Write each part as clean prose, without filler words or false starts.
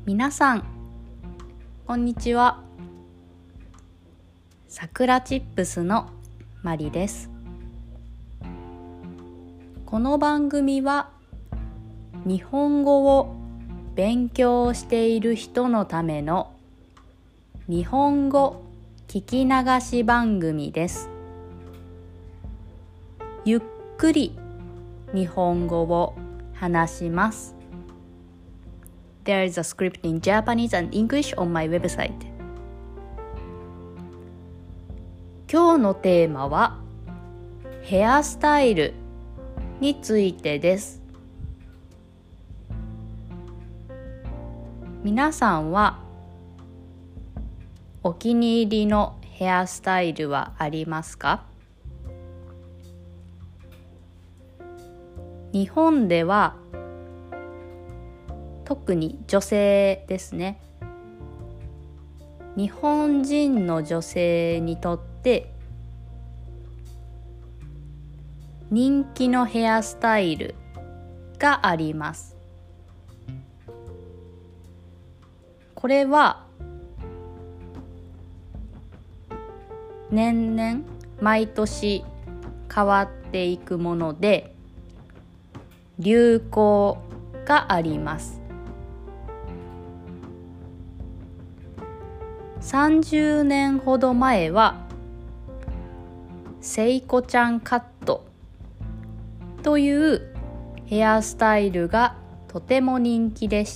皆さんこんにちは。さくらチップスのまりです。この番組は日本語を勉強している人のための日本語聞き流し番組です。ゆっくり日本語を話します。There is a script in Japanese and English on my website. 今日のテーマはヘアスタイルについてです。皆さんはお気に入りのヘアスタイルはありますか？日本では特に女性ですね。日本人の女性にとって人気のヘアスタイルがあります。これは年々毎年変わっていくもので流行があります。30年ほど前はセイコちゃんカットというヘアスタイルがとても人気でした。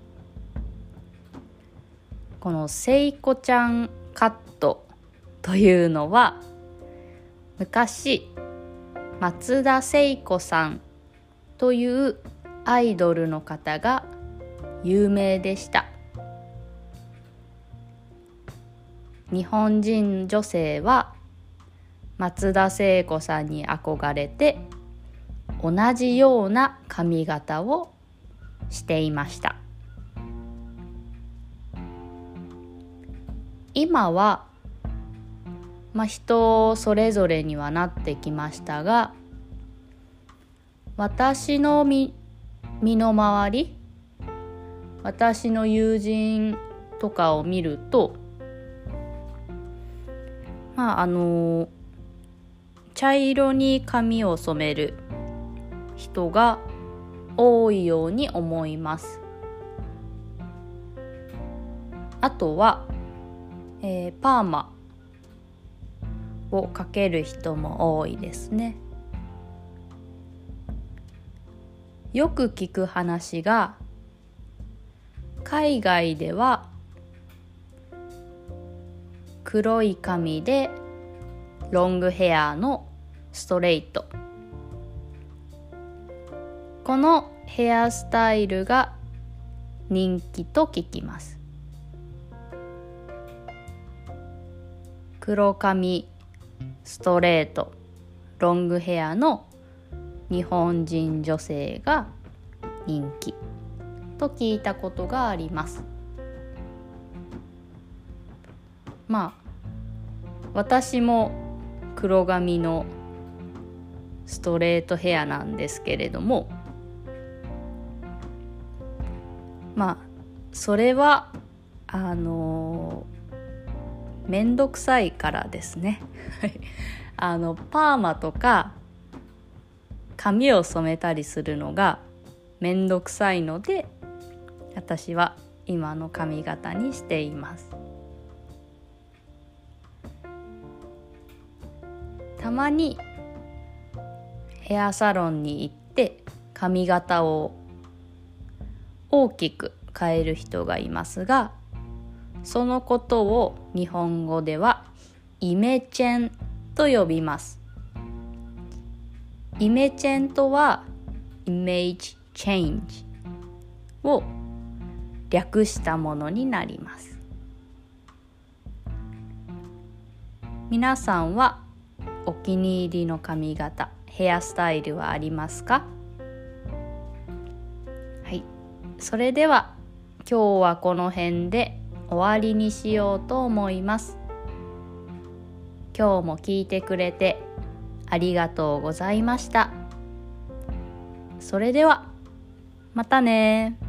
このセイコちゃんカットというのは昔松田聖子さんというアイドルの方が有名でした。日本人女性は松田聖子さんに憧れて同じような髪型をしていました。今は人それぞれにはなってきましたが、私の身の回り、私の友人とかを見ると茶色に髪を染める人が多いように思います。あとは、パーマをかける人も多いですね。よく聞く話が、海外では黒い髪でロングヘアのストレート、このヘアスタイルが人気と聞きます。黒髪、ストレート、ロングヘアの日本人女性が人気と聞いたことがあります。私も黒髪のストレートヘアなんですけれども、それはめんどくさいからですねパーマとか髪を染めたりするのがめんどくさいので、私は今の髪型にしています。たまにヘアサロンに行って髪型を大きく変える人がいますが、そのことを日本語ではイメチェンと呼びます。イメチェンとはイメージチェンジを略したものになります。皆さんはお気に入りの髪型、ヘアスタイルはありますか？はい、それでは今日はこの辺で終わりにしようと思います。今日も聞いてくれてありがとうございました。それではまたね。